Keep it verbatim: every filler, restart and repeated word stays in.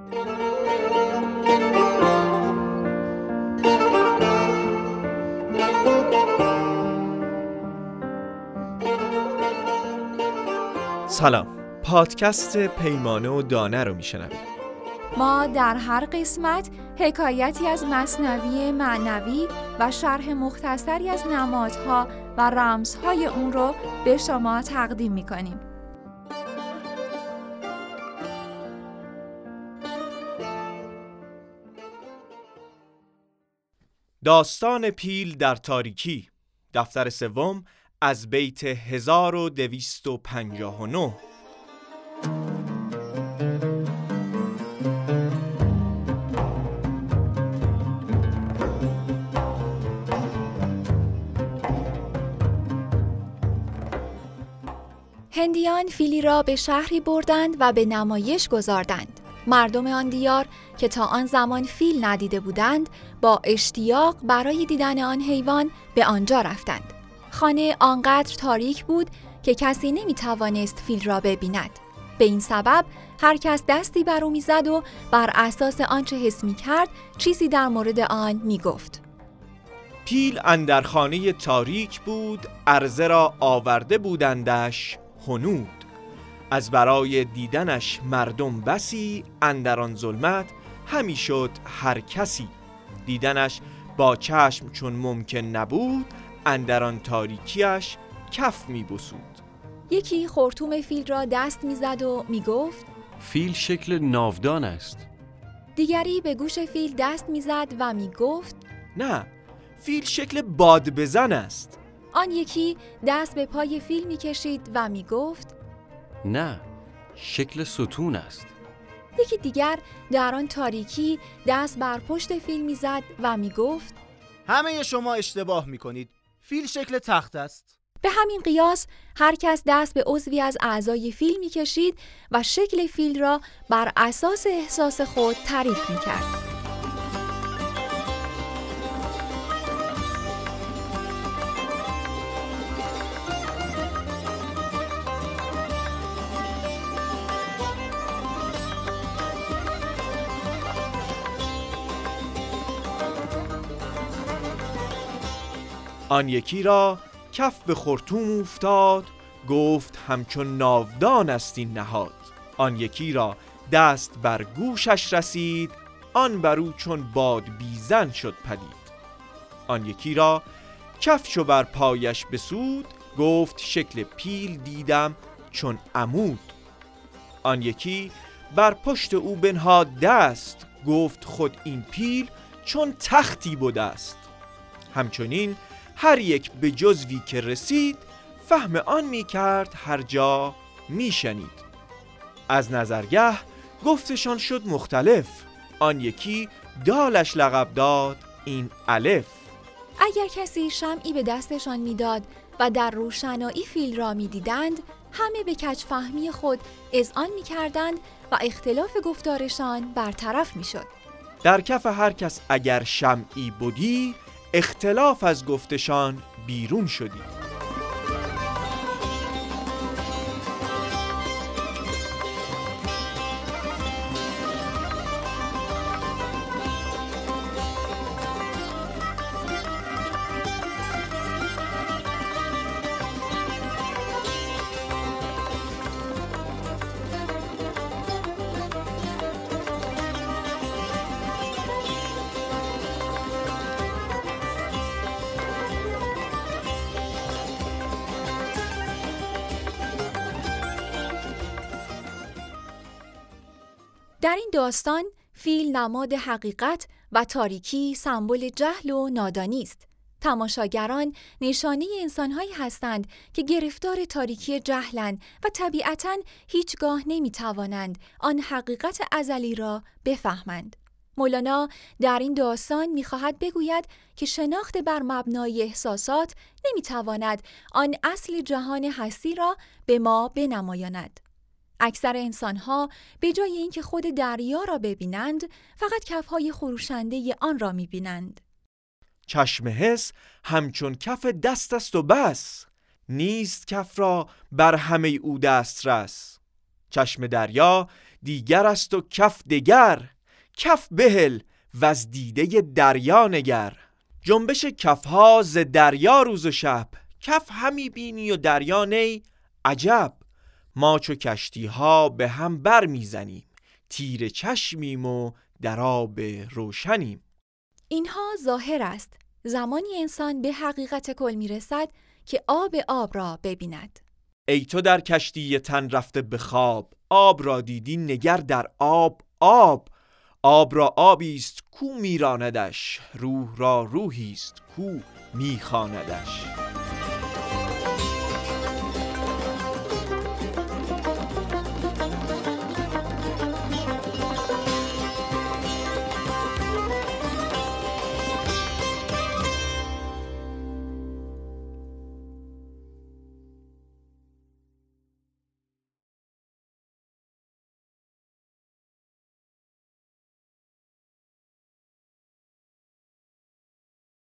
سلام، پادکست پیمانه و دانه رو میشنوید. ما در هر قسمت حکایتی از مثنوی معنوی و شرح مختصری از نمادها و رمزهای اون رو به شما تقدیم میکنیم. داستان پیل در تاریکی، دفتر سوم، از بیت هزار و دویست و پنجاه و نه. هندیان فیلی را به شهری بردند و به نمایش گذاردند. مردم آن دیار که تا آن زمان فیل ندیده بودند، با اشتیاق برای دیدن آن حیوان به آنجا رفتند. خانه آنقدر تاریک بود که کسی نمی توانست فیل را ببیند. به این سبب هر کس دستی بر او می زد و بر اساس آنچه حس می کرد چیزی در مورد آن می گفت. پیل اندر خانه تاریک بود، عرضه را آورده بودندش هنود. از برای دیدنش مردم بسی، اندر آن ظلمت همی شد هر کسی. دیدنش با چشم چون ممکن نبود، اندر آن تاریکیش کف می بسود. یکی خرطوم فیل را دست می زد و می گفت فیل شکل ناودان است. دیگری به گوش فیل دست می زد و می گفت نه، فیل شکل باد بزن است. آن یکی دست به پای فیل می کشید و می گفت نه، شکل ستون است. یکی دیگر در آن تاریکی دست بر پشت فیل می زد و می گفت همه شما اشتباه می کنید، فیل شکل تخت است. به همین قیاس هر کس دست به عضوی از اعضای فیل می کشید و شکل فیل را بر اساس احساس خود تعریف می کرد. آن یکی را کف به خرطوم افتاد، گفت همچون ناودان است این نهاد. آن یکی را دست بر گوشش رسید، آن برو چون باد بیزن شد پدید. آن یکی را کف چو بر پایش بسود، گفت شکل پیل دیدم چون عمود. آن یکی بر پشت او بنهاد دست، گفت خود این پیل چون تختی بوده است. همچنین هر یک به جزوی که رسید، فهم آن می کرد هر جا می شنید. از نظرگه گفتشان شد مختلف، آن یکی دالش لقب داد این الف. اگر کسی شمعی به دستشان میداد و در روشنایی فیل را می دیدند، همه به کج‌فهمی خود اذعان می کردند و اختلاف گفتارشان برطرف می شد. در کف هر کس اگر شمعی بودی، اختلاف از گفتشان بیرون شدی. در این داستان فیل نماد حقیقت و تاریکی سمبل جهل و نادانی است. تماشاگران نشانه انسان‌هایی هستند که گرفتار تاریکی جهلند و طبیعتاً هیچگاه نمی‌توانند آن حقیقت ازلی را بفهمند. مولانا در این داستان می‌خواهد بگوید که شناخت بر مبنای احساسات نمی‌تواند آن اصل جهان هستی را به ما بنمایاند. اکثر انسان‌ها به جای اینکه خود دریا را ببینند، فقط کف‌های خروشنده آن را می‌بینند. چشم حس همچون کف دست است و بس، نیست کف را بر همه او دست رس. چشم دریا دیگر است و کف دگر، کف بهل و از دیده دریا نگر. جنبش کفها ز دریا روز و شب، کف همی بینی و دریا نی عجب. ما چو کشتی ها به هم بر میزنیم، تیر چشمیم و در آب روشنیم. اینها ظاهر است. زمانی انسان به حقیقت کل میرسد که آب آب را ببیند. ای تو در کشتی تن رفته به خواب، آب را دیدی نگر در آب آب. آب را آبی است کو میراندش، روح را روحی است کو میخواندش.